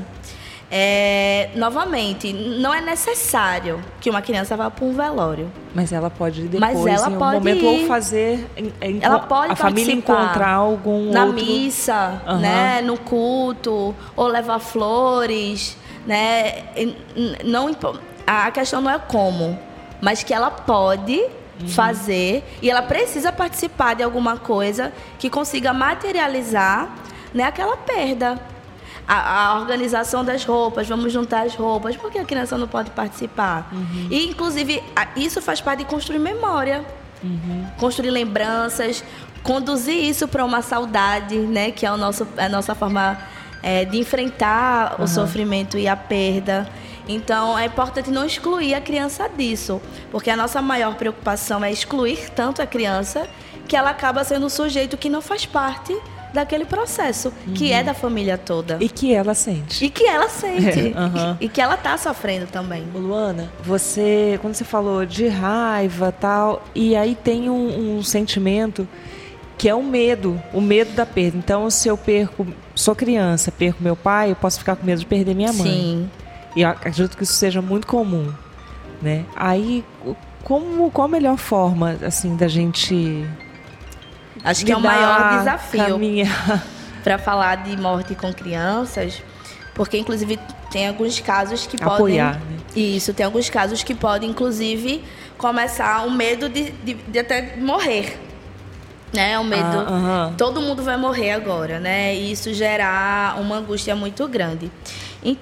é, novamente, não é necessário que uma criança vá para um velório. Mas ela pode depois, Mas ela em um pode momento, ir. ou fazer em, ela pode a família encontrar algum na outro... missa, uhum. né, no culto, ou levar flores, né? Não, a questão não é como, mas que ela pode uhum. fazer, e ela precisa participar de alguma coisa que consiga materializar, né, aquela perda. A, a organização das roupas, vamos juntar as roupas, por que a criança não pode participar? Uhum. E, inclusive, a, isso faz parte de construir memória, uhum. construir lembranças, conduzir isso para uma saudade, né, que é o nosso, a nossa forma é, de enfrentar uhum. o sofrimento e a perda. Então, é importante não excluir a criança disso, porque a nossa maior preocupação é excluir tanto a criança que ela acaba sendo um sujeito que não faz parte daquele processo, uhum. que é da família toda. E que ela sente. E que ela sente. É, uhum. E que ela está sofrendo também. Luana, você, quando você falou de raiva e tal, e aí tem um, um sentimento que é o medo, o medo da perda. Então, se eu perco, sou criança, perco meu pai, eu posso ficar com medo de perder minha mãe. Sim. E eu acredito que isso seja muito comum, né? Aí, como, qual a melhor forma, assim, da gente... Acho que é o maior desafio para falar de morte com crianças, porque, inclusive, tem alguns casos que Apoiar, podem... né? Isso, tem alguns casos que podem, inclusive, começar o medo de, de, de até morrer. Né? O medo... Ah, uh-huh. Todo mundo vai morrer agora, né? E isso gerar uma angústia muito grande. E,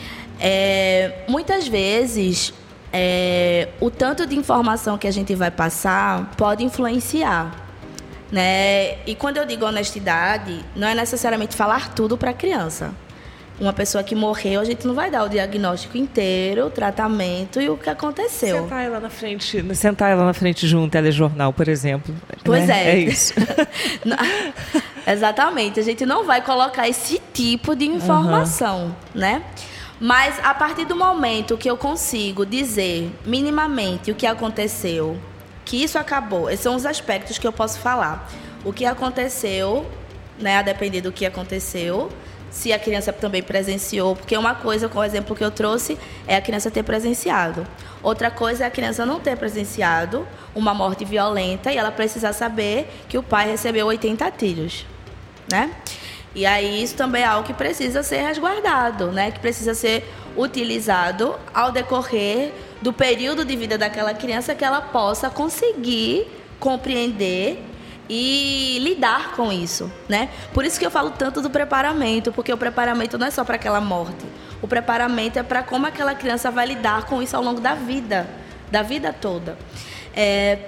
é, muitas vezes, é, o tanto de informação que a gente vai passar pode influenciar. Né? E quando eu digo honestidade, não é necessariamente falar tudo para a criança. Uma pessoa que morreu, a gente não vai dar o diagnóstico inteiro, o tratamento e o que aconteceu. Sentar ela na frente, sentar ela na frente de um telejornal, por exemplo. Pois né? é. É isso. Exatamente. A gente não vai colocar esse tipo de informação, uhum. né? Mas a partir do momento que eu consigo dizer minimamente o que aconteceu, que isso acabou. Esses são os aspectos que eu posso falar. O que aconteceu, né, a depender do que aconteceu, se a criança também presenciou, porque uma coisa, com o exemplo que eu trouxe, é a criança ter presenciado. Outra coisa é a criança não ter presenciado uma morte violenta e ela precisar saber que o pai recebeu oitenta tiros, né? E aí isso também é algo que precisa ser resguardado, né? Que precisa ser utilizado ao decorrer do período de vida daquela criança, que ela possa conseguir compreender e lidar com isso, né? Por isso que eu falo tanto do preparamento, porque o preparamento não é só para aquela morte. O preparamento é para como aquela criança vai lidar com isso ao longo da vida, da vida toda. É,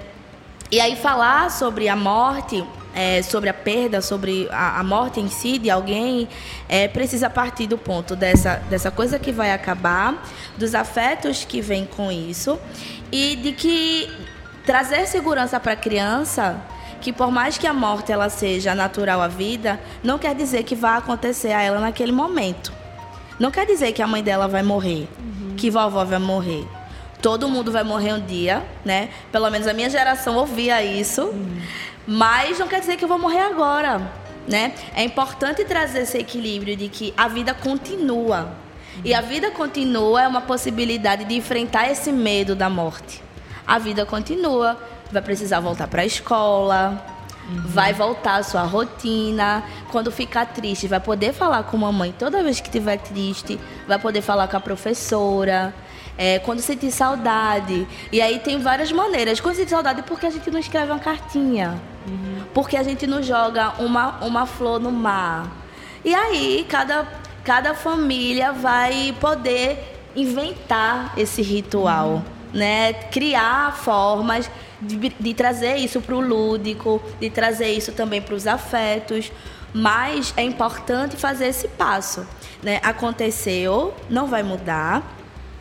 e aí falar sobre a morte, é, sobre a perda, sobre a, a morte em si de alguém, é, precisa partir do ponto dessa, dessa coisa que vai acabar, dos afetos que vêm com isso, e de que trazer segurança para a criança, que por mais que a morte ela seja natural à vida, não quer dizer que vai acontecer a ela naquele momento. Não quer dizer que a mãe dela vai morrer, uhum. que vovó vai morrer. Todo mundo vai morrer um dia, né? Pelo menos a minha geração ouvia isso. Uhum. Mas não quer dizer que eu vou morrer agora, né? É importante trazer esse equilíbrio de que a vida continua. Uhum. E a vida continua é uma possibilidade de enfrentar esse medo da morte. A vida continua, vai precisar voltar para a escola, uhum. vai voltar a sua rotina. Quando ficar triste, vai poder falar com a mamãe toda vez que estiver triste, vai poder falar com a professora. É, quando sentir saudade. E aí tem várias maneiras. Quando sentir saudade, porque a gente não escreve uma cartinha. Uhum. Porque a gente não joga uma, uma flor no mar. E aí, cada, cada família vai poder inventar esse ritual. Uhum. Né? Criar formas de, de trazer isso para o lúdico, de trazer isso também para os afetos. Mas é importante fazer esse passo. Né? Aconteceu, não vai mudar.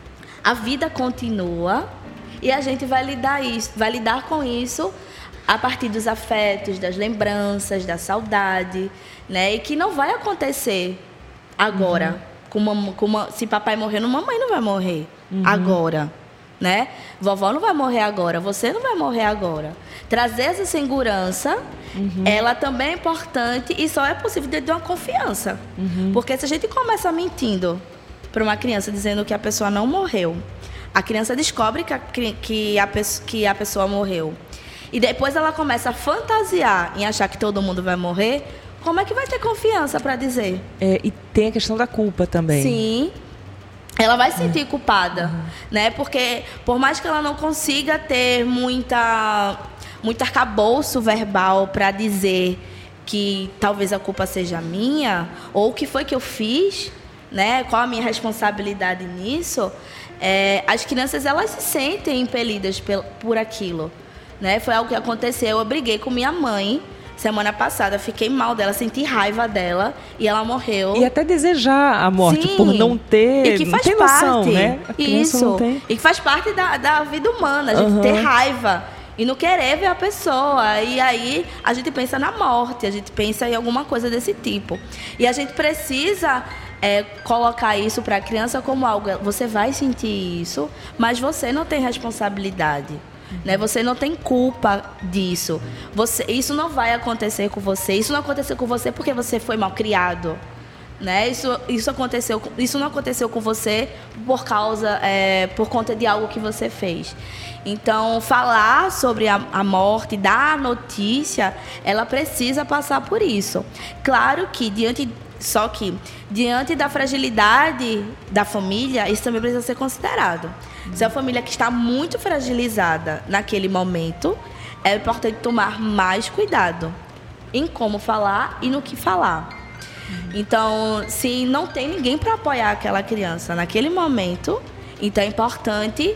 A vida continua e a gente vai lidar, isso, vai lidar com isso a partir dos afetos, das lembranças, da saudade, né? E que não vai acontecer agora. Uhum. Com uma, com uma, se papai morrer, mamãe não vai morrer uhum. agora, né? Vovó não vai morrer agora, você não vai morrer agora. Trazer essa segurança, uhum. ela também é importante e só é possível dentro de uma confiança. Uhum. Porque se a gente começa mentindo para uma criança dizendo que a pessoa não morreu, a criança descobre que a, que, a, que a pessoa morreu e depois ela começa a fantasiar em achar que todo mundo vai morrer, como é que vai ter confiança para dizer? É, e tem a questão da culpa também. Sim, ela vai se sentir culpada, uhum. né? Porque por mais que ela não consiga ter muita, muito arcabouço verbal para dizer que talvez a culpa seja minha ou o que foi que eu fiz, né? Qual a minha responsabilidade nisso? É, as crianças elas se sentem impelidas por, por aquilo, né? Foi algo que aconteceu. Eu briguei com minha mãe semana passada, fiquei mal dela, senti raiva dela e ela morreu. E até desejar a morte. Sim, por não ter, e que faz não tem parte, noção, né? A isso, não tem. E que faz parte da, da vida humana, a gente uhum. ter raiva e não querer ver a pessoa. E aí a gente pensa na morte, a gente pensa em alguma coisa desse tipo. E a gente precisa É, colocar isso para a criança como algo, você vai sentir isso, mas você não tem responsabilidade, uhum. né? Você não tem culpa disso. Você, isso não vai acontecer com você. Isso não aconteceu com você porque você foi mal criado, né? Isso, isso aconteceu, isso não aconteceu com você por causa, é, por conta de algo que você fez. Então, falar sobre a, a morte, dar a notícia, ela precisa passar por isso. Claro que diante Só que, diante da fragilidade da família, isso também precisa ser considerado. Uhum. Se é uma família que está muito fragilizada naquele momento, é importante tomar mais cuidado em como falar e no que falar. Uhum. Então, se não tem ninguém para apoiar aquela criança naquele momento, então é importante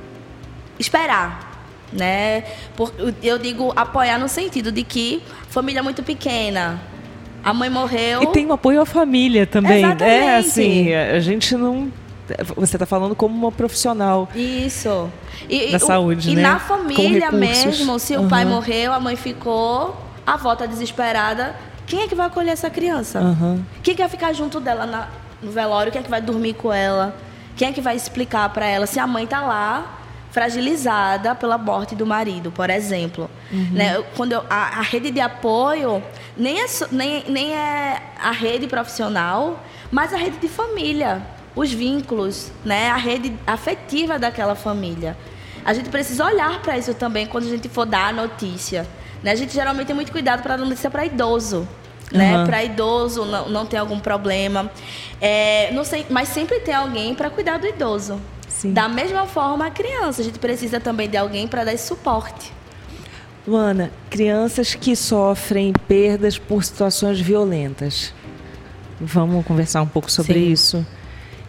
esperar. Né? Por, eu digo apoiar no sentido de que família muito pequena, a mãe morreu. E tem um apoio à família também. Exatamente. É assim, a gente não... Você está falando como uma profissional. Isso. E, da o, saúde, e né? E na família mesmo, se uhum. o pai morreu, a mãe ficou, a avó está desesperada, quem é que vai acolher essa criança? Uhum. Quem é que vai ficar junto dela na, no velório? Quem é que vai dormir com ela? Quem é que vai explicar para ela se a mãe está lá, fragilizada pela morte do marido, por exemplo. Uhum. Né? Quando eu, a, a rede de apoio nem é, nem, nem é a rede profissional, mas a rede de família, os vínculos, né? A rede afetiva daquela família. A gente precisa olhar para isso também quando a gente for dar a notícia. Né? A gente geralmente tem muito cuidado para dar notícia para idoso. Né? Uhum. Para idoso não, não tem algum problema. É, não sei, mas sempre tem alguém para cuidar do idoso. Sim. Da mesma forma, a criança. A gente precisa também de alguém para dar esse suporte. Luana, crianças que sofrem perdas por situações violentas. Vamos conversar um pouco sobre Sim. isso.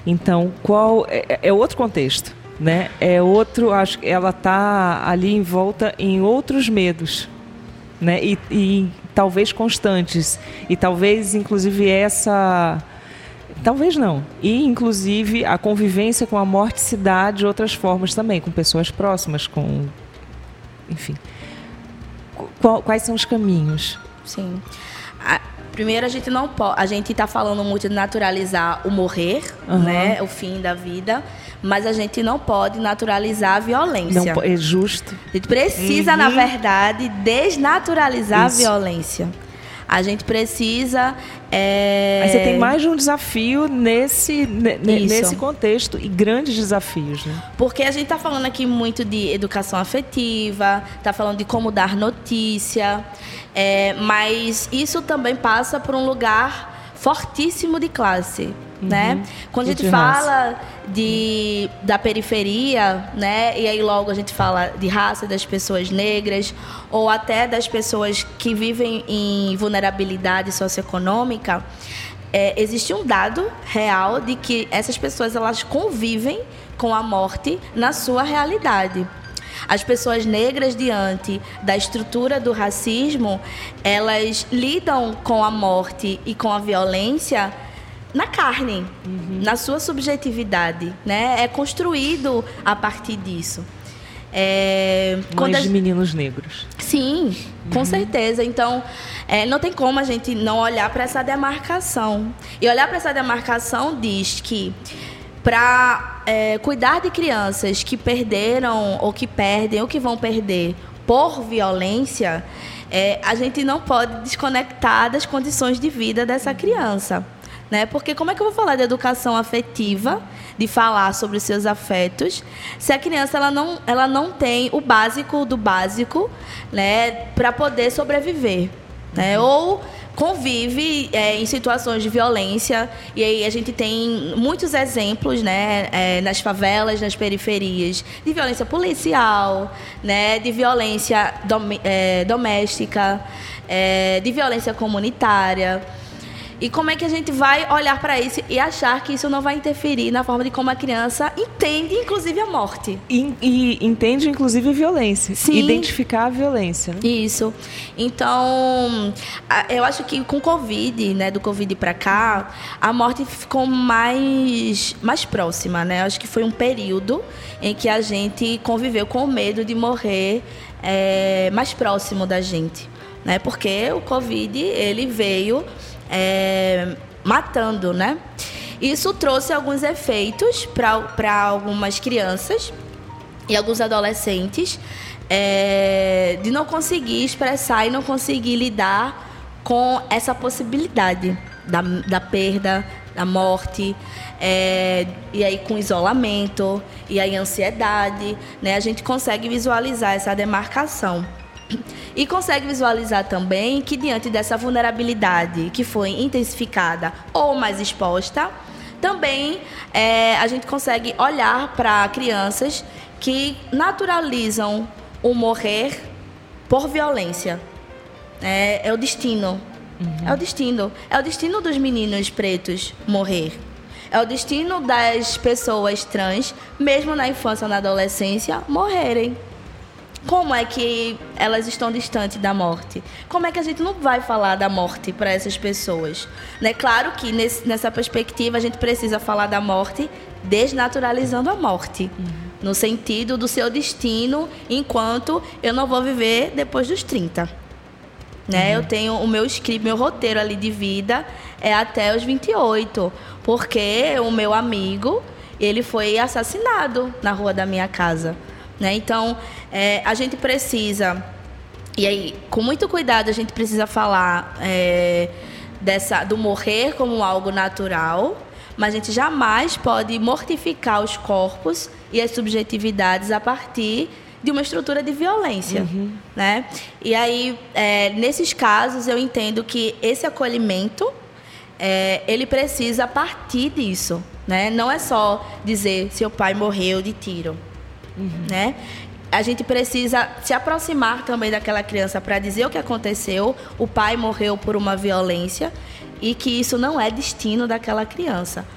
Então, qual é, é outro contexto, né? É outro, acho que ela está ali envolta em outros medos, né? E, e talvez constantes, e talvez inclusive essa, talvez não, e inclusive a convivência com a morte se dá de outras formas também, com pessoas próximas, com, enfim. Qual, quais são os caminhos? Sim. A, primeiro, a gente não pode, a gente está falando muito de naturalizar o morrer, uhum. né, o fim da vida, mas a gente não pode naturalizar a violência. Não, é justo. A gente precisa, uhum. na verdade, desnaturalizar Isso. a violência. A gente precisa... É... Mas você tem mais de um desafio nesse, nesse contexto, e grandes desafios, né? Porque a gente está falando aqui muito de educação afetiva, está falando de como dar notícia, é, mas isso também passa por um lugar fortíssimo de classe. Uhum. Né? Quando a gente fala de, da periferia, né? E aí logo a gente fala de raça, das pessoas negras, ou até das pessoas que vivem em vulnerabilidade socioeconômica, é, existe um dado real de que essas pessoas elas convivem com a morte na sua realidade. As pessoas negras, diante da estrutura do racismo, elas lidam com a morte e com a violência na carne, uhum. na sua subjetividade, né? É construído a partir disso. É, Mães a... de meninos negros. Sim, com uhum. certeza. Então, é, não tem como a gente não olhar para essa demarcação. E olhar para essa demarcação diz que para é, cuidar de crianças que perderam ou que perdem ou que vão perder por violência, é, a gente não pode desconectar das condições de vida dessa criança. Né? Porque como é que eu vou falar de educação afetiva, de falar sobre os seus afetos, se a criança ela não, ela não tem o básico do básico, né, para poder sobreviver, né? Ou convive é, em situações de violência, e aí a gente tem muitos exemplos, né, é, nas favelas, nas periferias, de violência policial, né, de violência dom, é, doméstica, é, de violência comunitária. E como é que a gente vai olhar para isso e achar que isso não vai interferir na forma de como a criança entende, inclusive, a morte? E, e entende, inclusive, a violência. Sim. Identificar a violência. Né? Isso. Então, eu acho que com o Covid, né, do Covid para cá, a morte ficou mais, mais próxima, né? Eu acho que foi um período em que a gente conviveu com o medo de morrer é, mais próximo da gente, né? Porque o Covid, ele veio... É, matando, né? Isso trouxe alguns efeitos para algumas crianças e alguns adolescentes é, de não conseguir expressar e não conseguir lidar com essa possibilidade da, da perda, da morte, é, e aí com isolamento, e aí ansiedade, né? A gente consegue visualizar essa demarcação. E consegue visualizar também que, diante dessa vulnerabilidade que foi intensificada ou mais exposta, também é, a gente consegue olhar para crianças que naturalizam o morrer por violência. É, é o destino. Uhum. É o destino. É o destino dos meninos pretos morrer. É o destino das pessoas trans, mesmo na infância ou na adolescência, morrerem. Como é que elas estão distantes da morte? Como é que a gente não vai falar da morte para essas pessoas? Né? Claro que nesse, nessa perspectiva a gente precisa falar da morte desnaturalizando a morte. Uhum. No sentido do seu destino, enquanto eu não vou viver depois dos trinta. Né? Uhum. Eu tenho o meu script, meu roteiro ali de vida é até os vinte e oito. Porque o meu amigo, ele foi assassinado na rua da minha casa. Né? Então, é, a gente precisa, e aí, com muito cuidado, a gente precisa falar é, dessa, do morrer como algo natural, mas a gente jamais pode mortificar os corpos e as subjetividades a partir de uma estrutura de violência. Uhum. Né? E aí, é, nesses casos, eu entendo que esse acolhimento, é, ele precisa partir disso. Né? Não é só dizer seu pai morreu de tiro. Uhum. Né? A gente precisa se aproximar também daquela criança para dizer o que aconteceu. O pai morreu por uma violência e que isso não é destino daquela criança.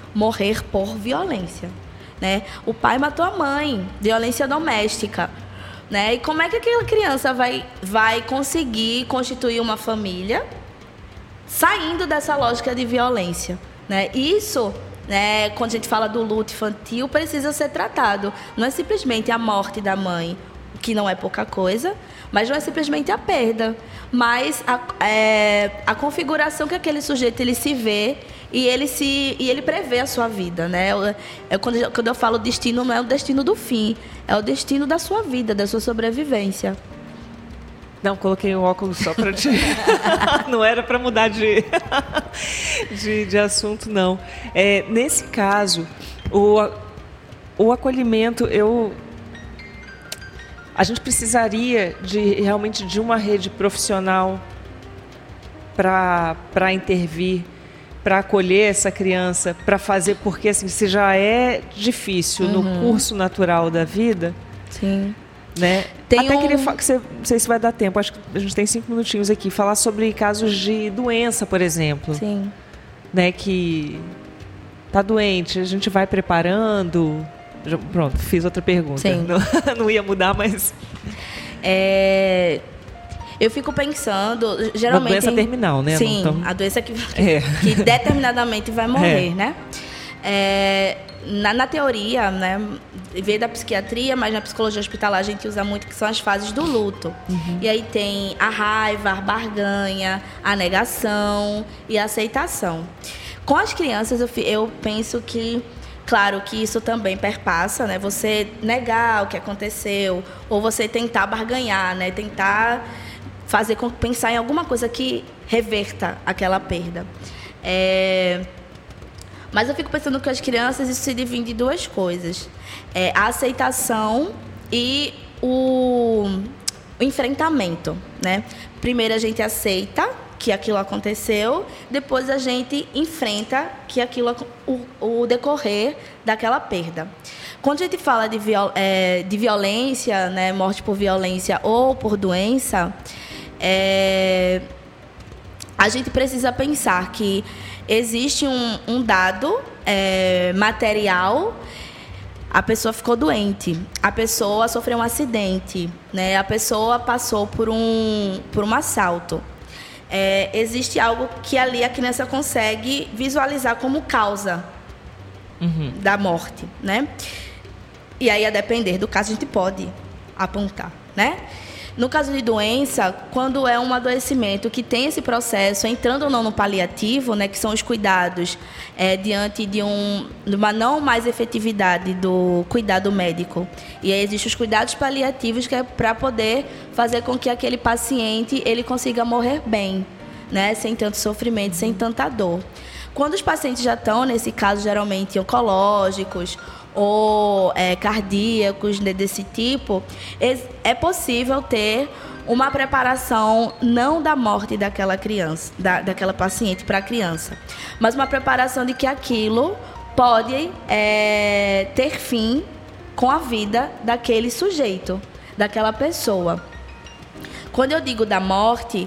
morrer por violência, né? O pai matou a mãe, violência doméstica, né? E como é que aquela criança vai, vai conseguir constituir uma família saindo dessa lógica de violência, né? Isso, né, quando a gente fala do luto infantil, precisa ser tratado. Não é simplesmente a morte da mãe, que não é pouca coisa, mas não é simplesmente a perda, mas a, é, a configuração que aquele sujeito ele se vê e ele, se, e ele prevê a sua vida, né? É, quando, quando eu falo destino, não é o destino do fim, é o destino da sua vida, da sua sobrevivência. Não, coloquei o óculos só para te... Não era para mudar de... de, de assunto, não. É, nesse caso, o, o acolhimento, eu... A gente precisaria de, realmente de uma rede profissional para para intervir, para acolher essa criança, para fazer, porque assim, se já é difícil uhum. no curso natural da vida... Sim. Né? Tem Até um... queria falar, que você, não sei se vai dar tempo, acho que a gente tem cinco minutinhos aqui, falar sobre casos de doença, por exemplo. Sim. Né, que tá doente, a gente vai preparando. Já, pronto, fiz outra pergunta. Sim. Não, não ia mudar, mas. É... Eu fico pensando, geralmente... Uma doença terminal, né? Sim, não tão... a doença que, é. que determinadamente vai morrer, é. né? É... Na, na teoria, né, veio da psiquiatria, mas na psicologia hospitalar a gente usa muito, que são as fases do luto. Uhum. E aí tem a raiva, a barganha, a negação e a aceitação. Com as crianças, eu, eu penso que, claro, que isso também perpassa, né? Você negar o que aconteceu, ou você tentar barganhar, né? Tentar fazer com, pensar em alguma coisa que reverta aquela perda. É... Mas eu fico pensando que as crianças, isso se divide em duas coisas. É a aceitação e o, o enfrentamento, né? Primeiro a gente aceita que aquilo aconteceu, depois a gente enfrenta que aquilo, o, o decorrer daquela perda. Quando a gente fala de, viol, é, de violência, né, morte por violência ou por doença, é, a gente precisa pensar que existe um, um dado é, material, a pessoa ficou doente, a pessoa sofreu um acidente, né? A pessoa passou por um, por um assalto. É, existe algo que ali a criança consegue visualizar como causa uhum. da morte, né? E aí, a depender do caso, a gente pode apontar, né? No caso de doença, quando é um adoecimento que tem esse processo, entrando ou não no paliativo, né, que são os cuidados é, diante de, um, de uma não mais efetividade do cuidado médico. E aí existem os cuidados paliativos, que é para poder fazer com que aquele paciente ele consiga morrer bem, né, sem tanto sofrimento, sem tanta dor. Quando os pacientes já estão, nesse caso, geralmente oncológicos, ou é, cardíacos, né, desse tipo, é possível ter uma preparação não da morte daquela criança, da, daquela paciente para a criança, mas uma preparação de que aquilo pode é, ter fim com a vida daquele sujeito, daquela pessoa. Quando eu digo da morte,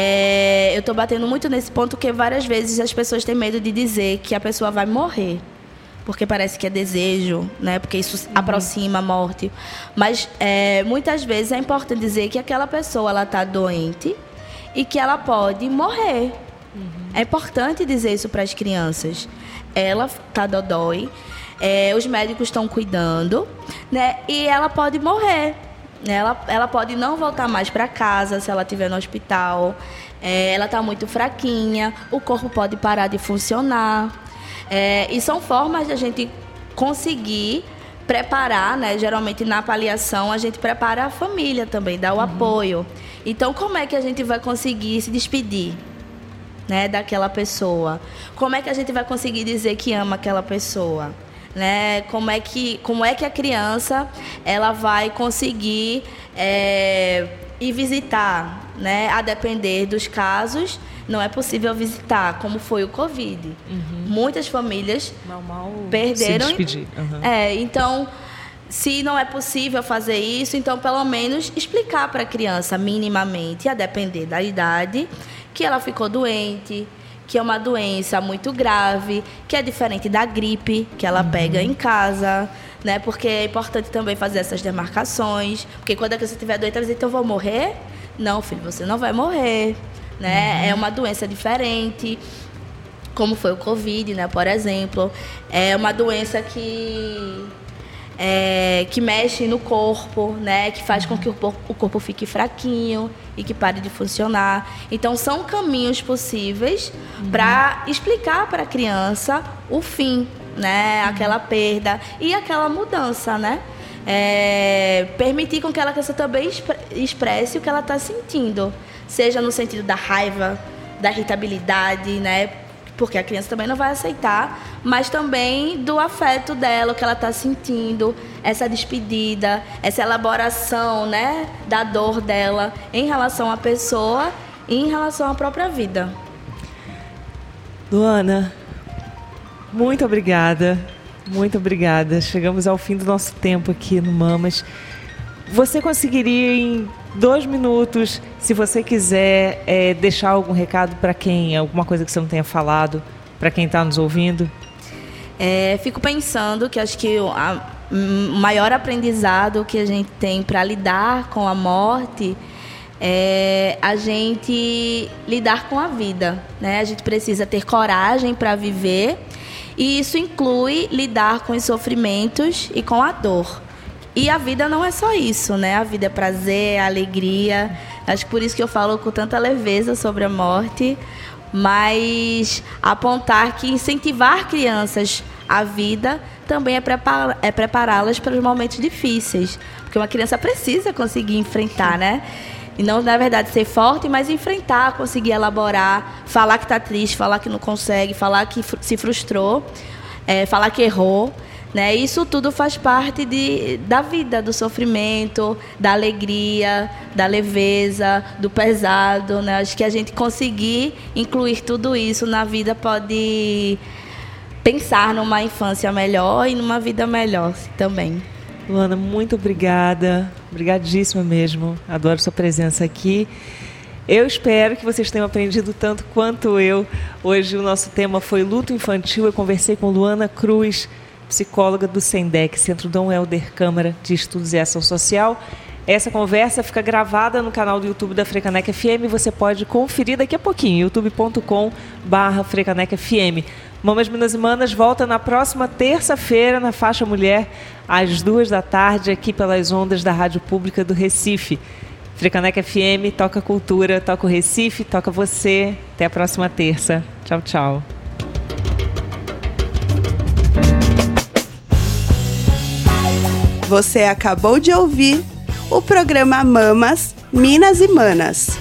é, eu estou batendo muito nesse ponto, porque várias vezes as pessoas têm medo de dizer que a pessoa vai morrer, porque parece que é desejo, né? Porque isso uhum. aproxima a morte. Mas é, muitas vezes é importante dizer que aquela pessoa ela está doente e que ela pode morrer. Uhum. É importante dizer isso para as crianças. Ela está dodói, é, os médicos estão cuidando, né? E ela pode morrer. Ela, ela pode não voltar mais para casa se ela estiver no hospital. É, ela está muito fraquinha, o corpo pode parar de funcionar. É, e são formas de a gente conseguir preparar, né? Geralmente na paliação a gente prepara a família também, dá o uhum. apoio. Então, como é que a gente vai conseguir se despedir, né, daquela pessoa? Como é que a gente vai conseguir dizer que ama aquela pessoa? Né? Como é que, como é que a criança ela vai conseguir é, ir visitar, né? A depender dos casos, não é possível visitar, como foi o Covid. Uhum. Muitas famílias mal, mal perderam. Se despedir. Uhum. É, então, se não é possível fazer isso, então pelo menos explicar para a criança minimamente, a depender da idade, que ela ficou doente, que é uma doença muito grave, que é diferente da gripe, que ela pega em casa, né? Porque é importante também fazer essas demarcações, porque quando a criança estiver doente, ela diz, então eu vou morrer? Não, filho, você não vai morrer, né? Uhum. É uma doença diferente, como foi o Covid, né? Por exemplo. É uma doença que... É, que mexe no corpo, né, que faz com que o, o corpo fique fraquinho e que pare de funcionar. Então, são caminhos possíveis uhum. para explicar para a criança o fim, né, uhum. aquela perda e aquela mudança, né? É, permitir com que ela criança também expresse o que ela está sentindo, seja no sentido da raiva, da irritabilidade, né? Porque a criança também não vai aceitar, mas também do afeto dela, o que ela está sentindo, essa despedida, essa elaboração, né, da dor dela em relação à pessoa e em relação à própria vida. Luana, muito obrigada, muito obrigada. Chegamos ao fim do nosso tempo aqui no Mamas. Você conseguiria, em dois minutos, se você quiser, é, deixar algum recado para quem, alguma coisa que você não tenha falado, para quem está nos ouvindo? É, fico pensando que acho que o a, o maior aprendizado que a gente tem para lidar com a morte é a gente lidar com a vida, né? A gente precisa ter coragem para viver, e isso inclui lidar com os sofrimentos e com a dor. E a vida não é só isso, né? A vida é prazer, é alegria. Acho que por isso que eu falo com tanta leveza sobre a morte, mas apontar que incentivar crianças à vida também é, prepar, é prepará-las para os momentos difíceis. Porque uma criança precisa conseguir enfrentar, né? E não, na verdade, ser forte, mas enfrentar, conseguir elaborar, falar que está triste, falar que não consegue, falar que se frustrou, é, falar que errou. Né? Isso tudo faz parte de, da vida, do sofrimento, da alegria, da leveza, do pesado. Né? Acho que a gente conseguir incluir tudo isso na vida pode pensar numa infância melhor e numa vida melhor também. Luana, muito obrigada. Obrigadíssima mesmo. Adoro sua presença aqui. Eu espero que vocês tenham aprendido tanto quanto eu. Hoje o nosso tema foi luto infantil. Eu conversei com Luana Cruz, psicóloga do SENDEC, Centro Dom Helder Câmara de Estudos e Ação Social. Essa conversa fica gravada no canal do YouTube da Frecaneca F M. Você pode conferir daqui a pouquinho, youtube ponto com barra Frecaneca F M. Mamas, Minas e Manas volta na próxima terça-feira, na faixa mulher, às duas da tarde, aqui pelas ondas da Rádio Pública do Recife. Frecaneca F M, toca cultura, toca o Recife, toca você. Até a próxima terça. Tchau, tchau. Você acabou de ouvir o programa Mamas, Minas e Manas.